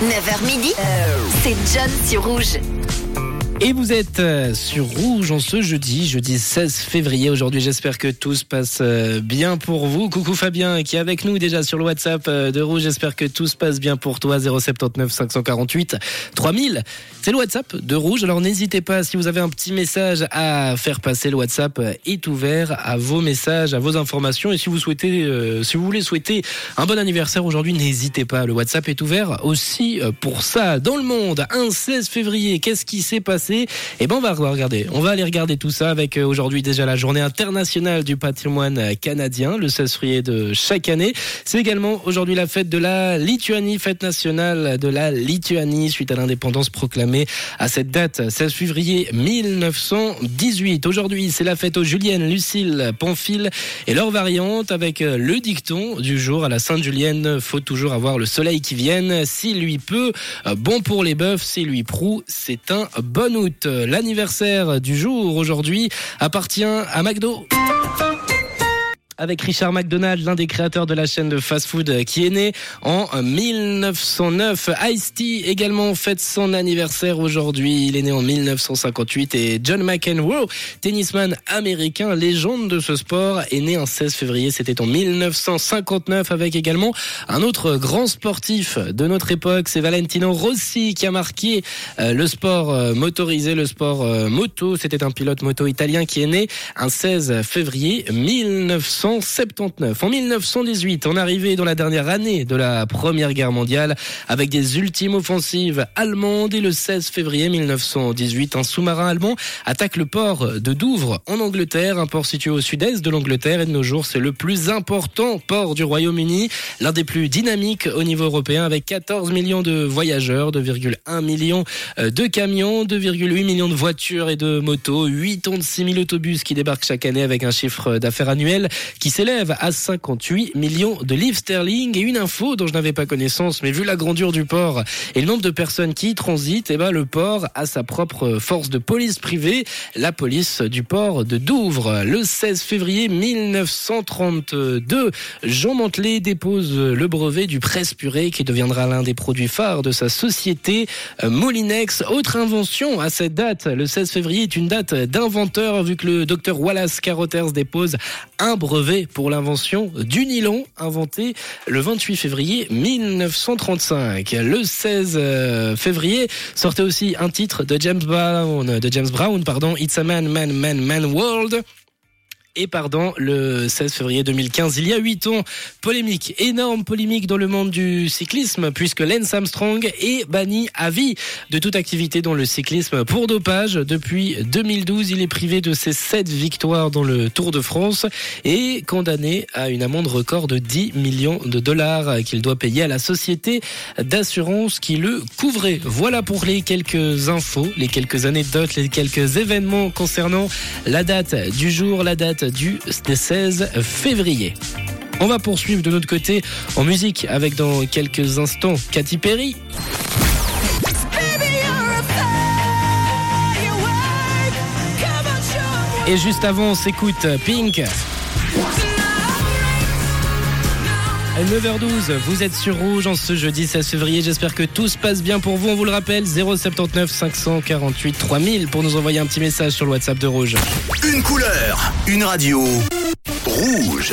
9h midi, c'est John sur Rouge. Et vous êtes sur Rouge en ce jeudi 16 février. Aujourd'hui, j'espère que tout se passe bien pour vous. Coucou Fabien qui est avec nous déjà sur le WhatsApp de Rouge. J'espère que tout se passe bien pour toi. 079 548 3000. C'est le WhatsApp de Rouge. Alors n'hésitez pas, si vous avez un petit message à faire passer, le WhatsApp est ouvert à vos messages, à vos informations. Et si vous voulez souhaiter un bon anniversaire aujourd'hui, n'hésitez pas. Le WhatsApp est ouvert aussi pour ça. Dans le monde, un 16 février, qu'est-ce qui s'est passé? Eh ben, on va aller regarder tout ça avec aujourd'hui déjà la journée internationale du patrimoine canadien, le 16 février de chaque année. C'est également aujourd'hui la fête de la Lituanie, fête nationale de la Lituanie suite à l'indépendance proclamée à cette date, 16 février 1918. Aujourd'hui, c'est la fête aux Julienne, Lucille, Pamphile et leurs variantes avec le dicton du jour à la Sainte-Julienne. Faut toujours avoir le soleil qui vienne. S'il lui peut, bon pour les bœufs. S'il lui proue, c'est un bon août. L'anniversaire du jour aujourd'hui appartient à McDo. Avec Richard McDonald, l'un des créateurs de la chaîne de fast-food qui est né en 1909. Ice-T également fête son anniversaire aujourd'hui. Il est né en 1958 et John McEnroe, tennisman américain, légende de ce sport, est né un 16 février. C'était en 1959 avec également un autre grand sportif de notre époque. C'est Valentino Rossi qui a marqué le sport motorisé, le sport moto. C'était un pilote moto italien qui est né un 16 février 1979. En 1918, on arrivait dans la dernière année de la Première Guerre mondiale avec des ultimes offensives allemandes et le 16 février 1918, un sous-marin allemand attaque le port de Douvres en Angleterre, un port situé au sud-est de l'Angleterre et de nos jours c'est le plus important port du Royaume-Uni, l'un des plus dynamiques au niveau européen avec 14 millions de voyageurs, 2,1 millions de camions, 2,8 millions de voitures et de motos, 86 000 autobus qui débarquent chaque année avec un chiffre d'affaires annuel qui s'élève à 58 millions de livres sterling. Et une info dont je n'avais pas connaissance, mais vu la grandeur du port et le nombre de personnes qui y transitent, le port a sa propre force de police privée, la police du port de Douvres. Le 16 février 1932, Jean Mantelet dépose le brevet du presse-purée qui deviendra l'un des produits phares de sa société Molinex. Autre invention à cette date, le 16 février est une date d'inventeur vu que le docteur Wallace Carothers dépose un brevet pour l'invention du nylon, inventé le 28 février 1935. Le 16 février sortait aussi un titre de James Brown, It's a Man World. Et le 16 février 2015, il y a 8 ans, énorme polémique dans le monde du cyclisme, puisque Lance Armstrong est banni à vie de toute activité dans le cyclisme pour dopage. Depuis 2012, il est privé de ses 7 victoires dans le Tour de France et condamné à une amende record de 10 millions de dollars qu'il doit payer à la société d'assurance qui le couvrait. Voilà pour les quelques infos, les quelques anecdotes, les quelques événements concernant la date du jour, la date du 16 février. On va poursuivre de notre côté en musique avec dans quelques instants Katy Perry. Et juste avant, on s'écoute Pink. À 9h12, vous êtes sur Rouge en ce jeudi 16 février. J'espère que tout se passe bien pour vous. On vous le rappelle, 079 548 3000 pour nous envoyer un petit message sur le WhatsApp de Rouge. Une couleur, une radio. Rouge.